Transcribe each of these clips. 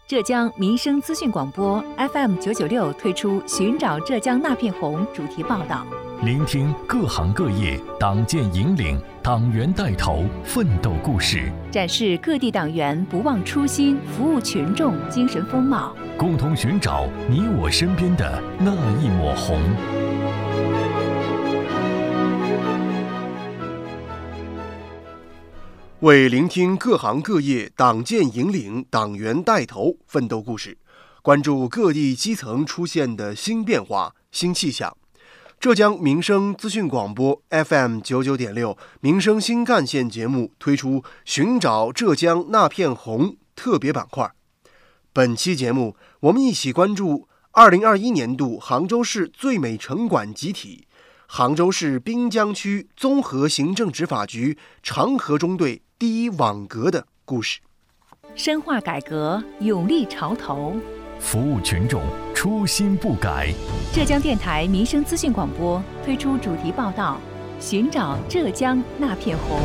浙江民生资讯广播 FM996 推出《寻找浙江那片红》主题报道， 聆听各行各业党建引领、党员带头奋斗故事， 展示各地党员不忘初心、服务群众精神风貌， 共同寻找你我身边的那一抹红。 为聆听各行各业党建引领、党员带头奋斗故事，关注各地基层出现的新变化、新气象。浙江民生资讯广播 FM99.6 民生新干线节目推出寻找浙江那片红特别板块。本期节目，我们一起关注2021年度杭州市最美城管集体杭州市滨江区综合行政执法局长河中队第一网格的故事。 深化改革，勇立潮头， 服务群众，初心不改。 浙江电台民生资讯广播推出主题报道，寻找浙江那片红。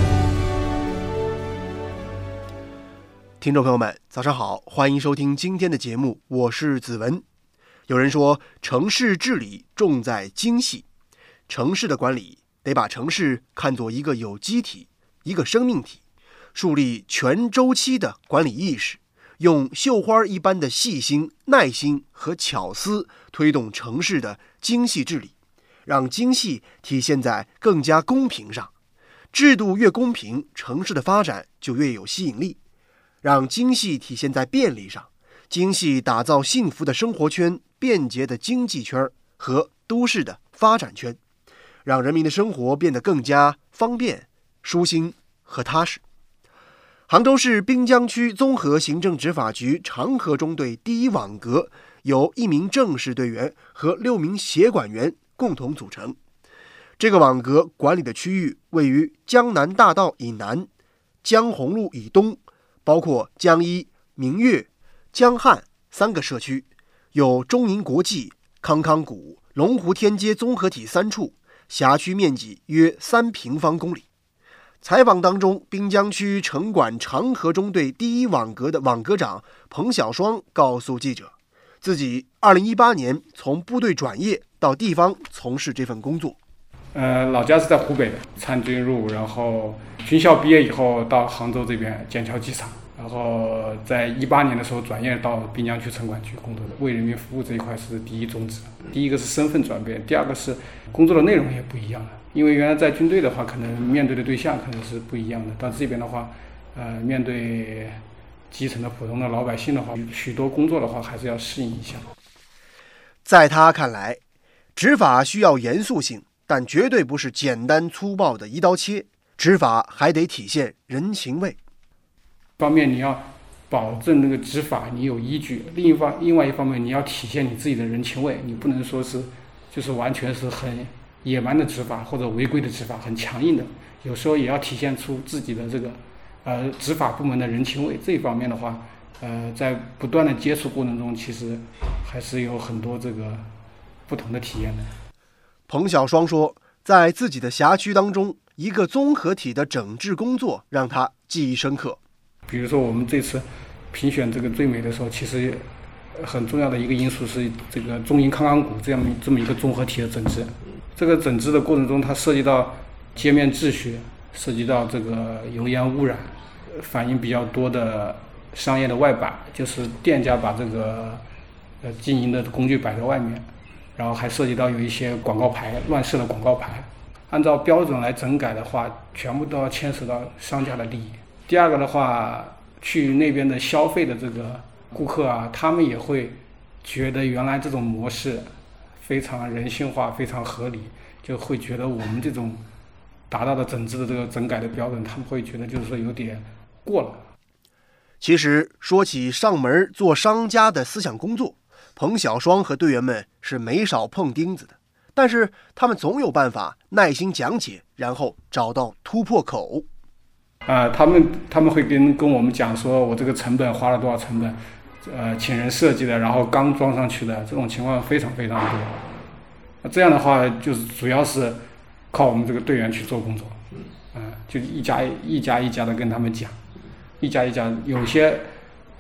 听众朋友们，早上好，欢迎收听今天的节目，我是子文。有人说，城市治理重在精细，城市的管理得把城市看作一个有机体、一个生命体，树立全周期的管理意识，用绣花一般的细心、耐心和巧思推动城市的精细治理，让精细体现在更加公平上。制度越公平，城市的发展就越有吸引力。让精细体现在便利上，精细打造幸福的生活圈、便捷的经济圈和都市的发展圈，让人民的生活变得更加方便、舒心和踏实。杭州市滨江区综合行政执法局长河中队第一网格由1名正式队员和6名协管员共同组成。这个网格管理的区域位于江南大道以南、江虹路以东，包括江一、明月、江汉3个社区，有中银国际、康康谷、龙湖天街综合体3处，辖区面积约3平方公里。采访当中，滨江区城管长河中队第一网格的网格长彭小双告诉记者，自己2018年从部队转业到地方从事这份工作。 老家是在湖北的，参军入伍，然后军校毕业以后到杭州这边剑桥机场，然后在18年的时候转业到滨江区城管局工作的，为人民服务这一块是第一宗旨。第一个是身份转变，第二个是工作的内容也不一样了。因为原来在军队的话，可能面对的对象可能是不一样的，到这边的话，面对基层的普通的老百姓的话，许多工作的话还是要适应一下。 在他看来，执法需要严肃性，但绝对不是简单粗暴的一刀切，执法还得体现人情味。 方面你要保证那个执法你有依据，另外一方面你要体现你自己的人情味，你不能说是就是完全是很野蛮的执法或者违规的执法，很强硬的，有时候也要体现出自己的这个执法部门的人情味。这一方面的话，在不断的接触过程中，其实还是有很多这个不同的体验的。 彭小双说，在自己的辖区当中，一个综合体的整治工作让他记忆深刻。 比如说我们这次评选这个最美的时候，其实很重要的一个因素是这个中银康康谷这么一个综合体的整治。这个整治的过程中，它涉及到街面秩序，涉及到这个油烟污染，反映比较多的商业的外摆，就是店家把这个经营的工具摆在外面，然后还涉及到有一些广告牌乱设的广告牌，按照标准来整改的话，全部都要牵扯到商家的利益。第二个的话，去那边的消费的这个顾客啊，他们也会觉得原来这种模式非常人性化，非常合理，就会觉得我们这种达到的整治的这个整改的标准，他们会觉得就是说有点过了。 其实说起上门做商家的思想工作，彭小双和队员们是没少碰钉子的，但是他们总有办法耐心讲解，然后找到突破口。 他们会跟我们讲说，我这个成本花了多少成本，请人设计的，然后刚装上去的，这种情况非常非常多。这样的话，就是主要是靠我们这个队员去做工作，就一家一家的跟他们讲，一家一家，有些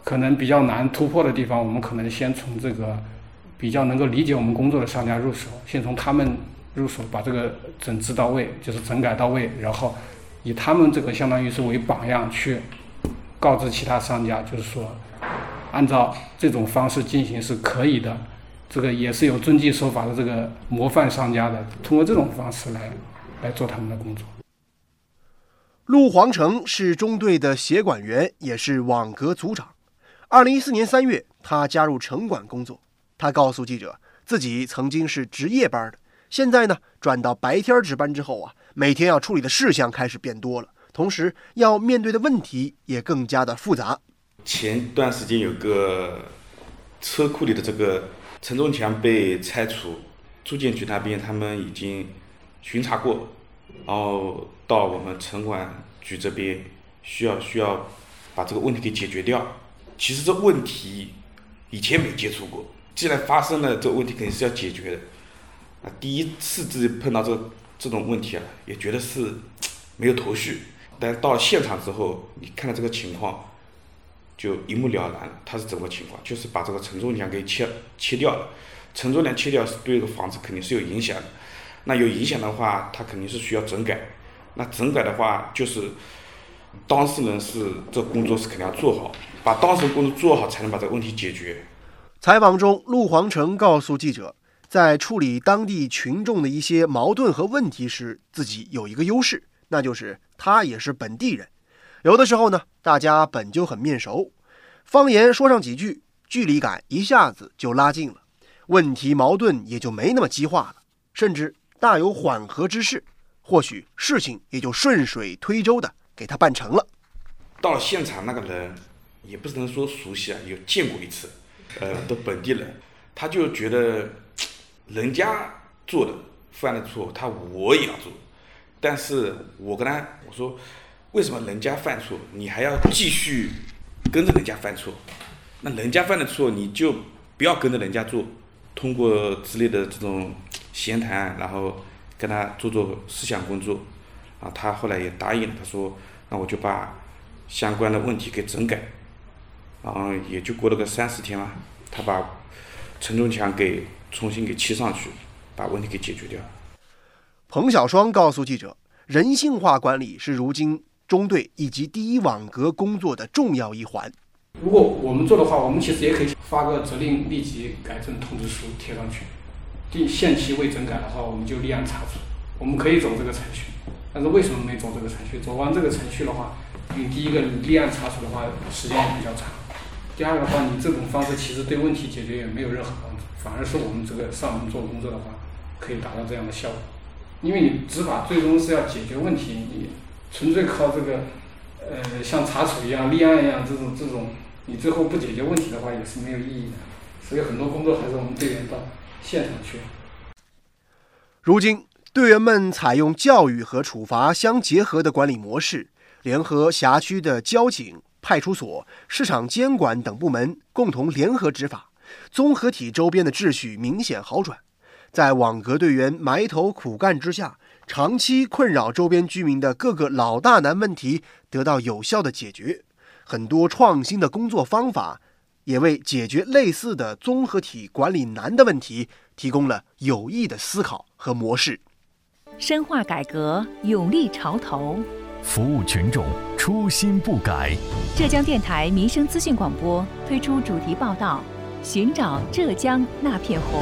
可能比较难突破的地方，我们可能先从这个比较能够理解我们工作的商家入手，先从他们入手，把这个整治到位，就是整改到位，然后以他们这个相当于是为榜样去告知其他商家，就是说按照这种方式进行是可以的，这个也是有遵纪守法的这个模范商家的，通过这种方式来做他们的工作。 陆煌成是中队的协管员，也是网格组长。2014年3月，他加入城管工作。他告诉记者，自己曾经是值夜班的，现在呢转到白天值班之后啊，每天要处理的事项开始变多了，同时要面对的问题也更加的复杂。 前段时间有个车库里的这个承重墙被拆除，住建局那边他们已经巡查过，然后到我们城管局这边需要把这个问题给解决掉。其实这问题以前没接触过，既然发生了这个问题，肯定是要解决的。第一次自己碰到这种问题啊，也觉得是没有头绪。但到现场之后，你看到这个情况，就一目了然了。它是怎么情况？就是把这个承重梁给切掉了。承重梁切掉是对这个房子肯定是有影响的。那有影响的话，它肯定是需要整改。那整改的话，就是当事人是这工作是肯定要做好，把当事人工作做好，才能把这个问题解决。 采访中，陆煌成告诉记者，在处理当地群众的一些矛盾和问题时，自己有一个优势，那就是他也是本地人。有的时候呢，大家本就很面熟，方言说上几句，距离感一下子就拉近了，问题矛盾也就没那么激化了，甚至大有缓和之势，或许事情也就顺水推舟的给他办成了。 到了现场，那个人也不能说熟悉啊，有见过一次，的本地人，他就觉得人家做的犯的错，我也要做。但是我说，为什么人家犯错，你还要继续跟着人家犯错？那人家犯的错，你就不要跟着人家做。通过之类的这种闲谈，然后跟他做思想工作，啊，他后来也答应了。他说，那我就把相关的问题给整改，然后也就过了个30天吧，他把承重墙给重新给砌上去，把问题给解决掉。 彭小双告诉记者，人性化管理是如今中队以及第一网格工作的重要一环。 如果我们做的话，我们其实也可以发个责令立即改正通知书贴上去，限期未整改的话，我们就立案查处。我们可以走这个程序，但是为什么没走这个程序？走完这个程序的话，你第一个你立案查处的话，时间也比较长；第二个的话，你这种方式其实对问题解决也没有任何帮助，反而是我们这个上门做工作的话，可以达到这样的效果。因为你执法最终是要解决问题，你纯粹靠这个像查处一样、立案一样这种，你最后不解决问题的话，也是没有意义的。所以很多工作还是我们队员到现场去。 如今，队员们采用教育和处罚相结合的管理模式，联合辖区的交警、派出所、市场监管等部门共同联合执法，综合体周边的秩序明显好转。在网格队员埋头苦干之下，长期困扰周边居民的各个老大难问题得到有效的解决。很多创新的工作方法也为解决类似的综合体管理难的问题提供了有益的思考和模式。 深化改革，勇立潮头， 服务群众，初心不改。 浙江电台民生资讯广播推出主题报道，寻找浙江那片红。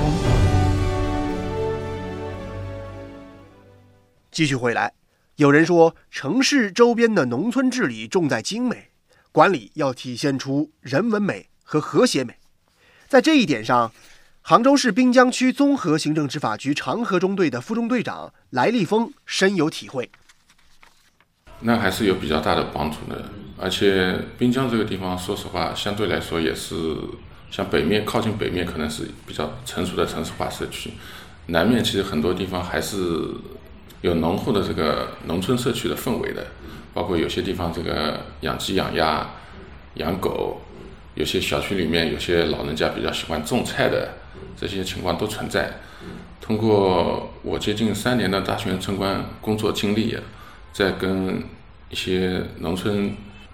继续回来，有人说，城市周边的农村治理重在精美，管理要体现出人文美和和谐美。在这一点上，杭州市滨江区综合行政执法局长河中队的副中队长来立峰深有体会。 那还是有比较大的帮助的，而且滨江这个地方，说实话，相对来说也是像北面靠近北面，可能是比较成熟的城市化社区，南面其实很多地方还是有浓厚的这个农村社区的氛围的，包括有些地方这个养鸡养鸭养狗，有些小区里面有些老人家比较喜欢种菜的，这些情况都存在。通过我接近3年的大学城管工作经历，在跟一些农村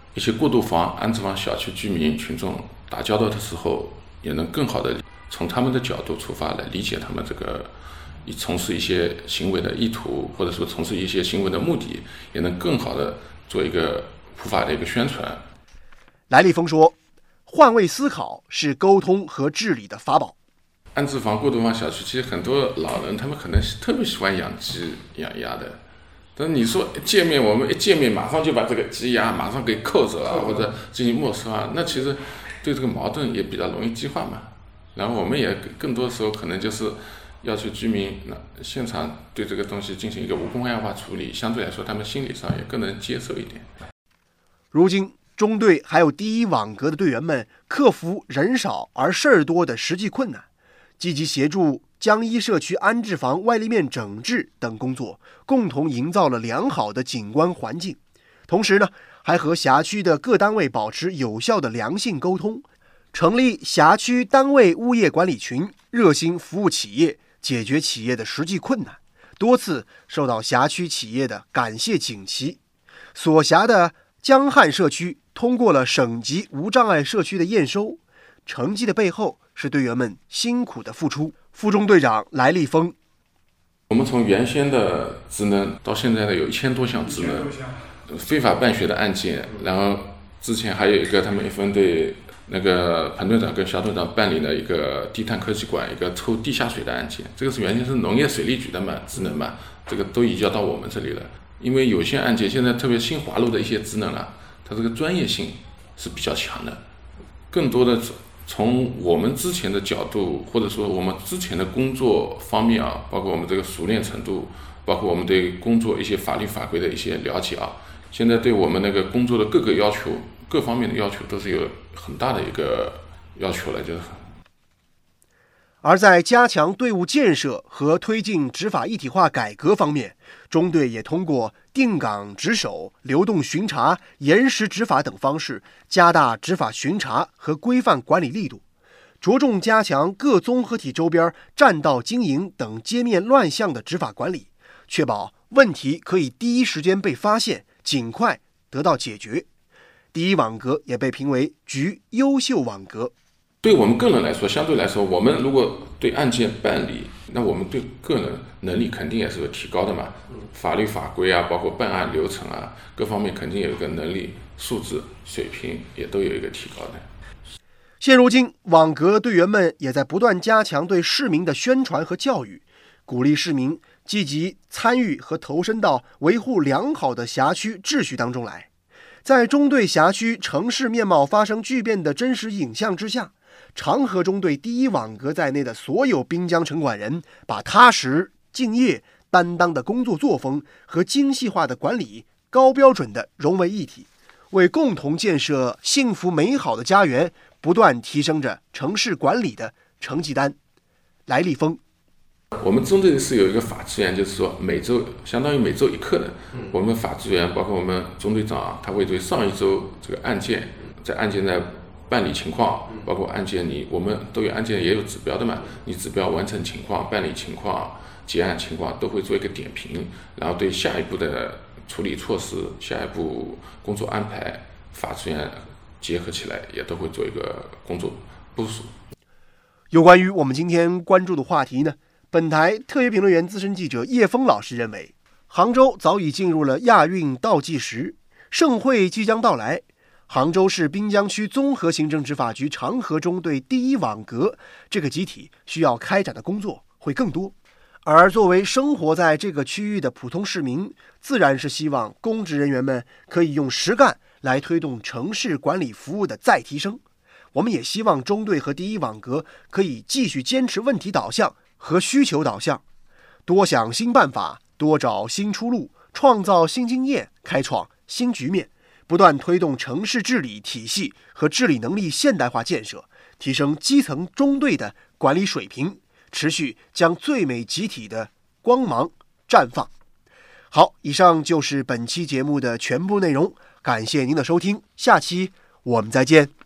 一些过渡房、安置房小区居民群众打交道的时候，也能更好的从他们的角度出发来理解他们这个从事一些行为的意图，或者说从事一些行为的目的，也能更好的做一个普法的一个宣传。 来立峰说，换位思考是沟通和治理的法宝。 安置房、过渡房小区，其实很多老人他们可能特别喜欢养鸡养鸭的，但你说我们一见面马上就把这个鸡鸭马上给扣走啊，或者进行没收啊，那其实对这个矛盾也比较容易激化嘛。然后我们也更多时候可能就是要求居民现场对这个东西进行一个无公害化处理，相对来说他们心理上也更能接受一点。 如今中队还有第一网格的队员们克服人少而事儿多的实际困难，积极协助江一社区安置房外立面整治等工作，共同营造了良好的景观环境。同时呢，还和辖区的各单位保持有效的良性沟通，成立辖区单位物业管理群，热心服务企业，解决企业的实际困难，多次受到辖区企业的感谢锦旗。所辖的江汉社区通过了省级无障碍社区的验收，成绩的背后是队员们辛苦的付出。副中队长来立峰， 我们从原先的职能到现在的有1000多项职能，非法办学的案件，然后之前还有一个他们一分队那个彭队长跟肖队长办理了一个低碳科技馆一个抽地下水的案件，这个是原先是农业水利局的嘛职能嘛，这个都移交到我们这里了。因为有些案件现在特别新滑入的一些职能了，它这个专业性是比较强的，更多的从我们之前的角度，或者说我们之前的工作方面啊，包括我们这个熟练程度，包括我们对工作一些法律法规的一些了解啊，现在对我们那个工作的各个要求，各方面的要求都是有很大的一个要求了，就是。 而在加强队伍建设和推进执法一体化改革方面，中队也通过定岗值守、流动巡查、延时执法等方式，加大执法巡查和规范管理力度，着重加强各综合体周边占道经营等街面乱象的执法管理，确保问题可以第一时间被发现，尽快得到解决。第一网格也被评为局优秀网格。 对我们个人来说，相对来说，我们如果对案件办理，那我们对个人能力肯定也是有提高的嘛。法律法规啊，包括办案流程啊，各方面肯定有一个能力、素质、水平也都有一个提高的。 现如今，网格队员们也在不断加强对市民的宣传和教育，鼓励市民积极参与和投身到维护良好的辖区秩序当中来。在中队辖区城市面貌发生巨变的真实影像之下，长河中队第一网格在内的所有滨江城管人，把踏实、敬业、担当的工作作风和精细化的管理高标准的融为一体，为共同建设幸福美好的家园不断提升着城市管理的成绩单。来立峰， 我们中队是有一个法制员，就是说每周相当于每周一课的，我们法制员包括我们中队长他会对上一周这个案件在案件的办理情况，包括案件我们都有案件也有指标的嘛，你指标完成情况、办理情况、结案情况都会做一个点评，然后对下一步的处理措施、下一步工作安排，法制员结合起来也都会做一个工作部署。 有关于我们今天关注的话题呢，本台特约评论员资深记者叶峰老师认为，杭州早已进入了亚运倒计时，盛会即将到来。杭州市滨江区综合行政执法局长河中队第一网格这个集体需要开展的工作会更多，而作为生活在这个区域的普通市民，自然是希望公职人员们可以用实干来推动城市管理服务的再提升。我们也希望中队和第一网格可以继续坚持问题导向和需求导向，多想新办法，多找新出路，创造新经验，开创新局面，不断推动城市治理体系和治理能力现代化建设，提升基层中队的管理水平，持续将最美集体的光芒绽放。好，以上就是本期节目的全部内容，感谢您的收听，下期我们再见。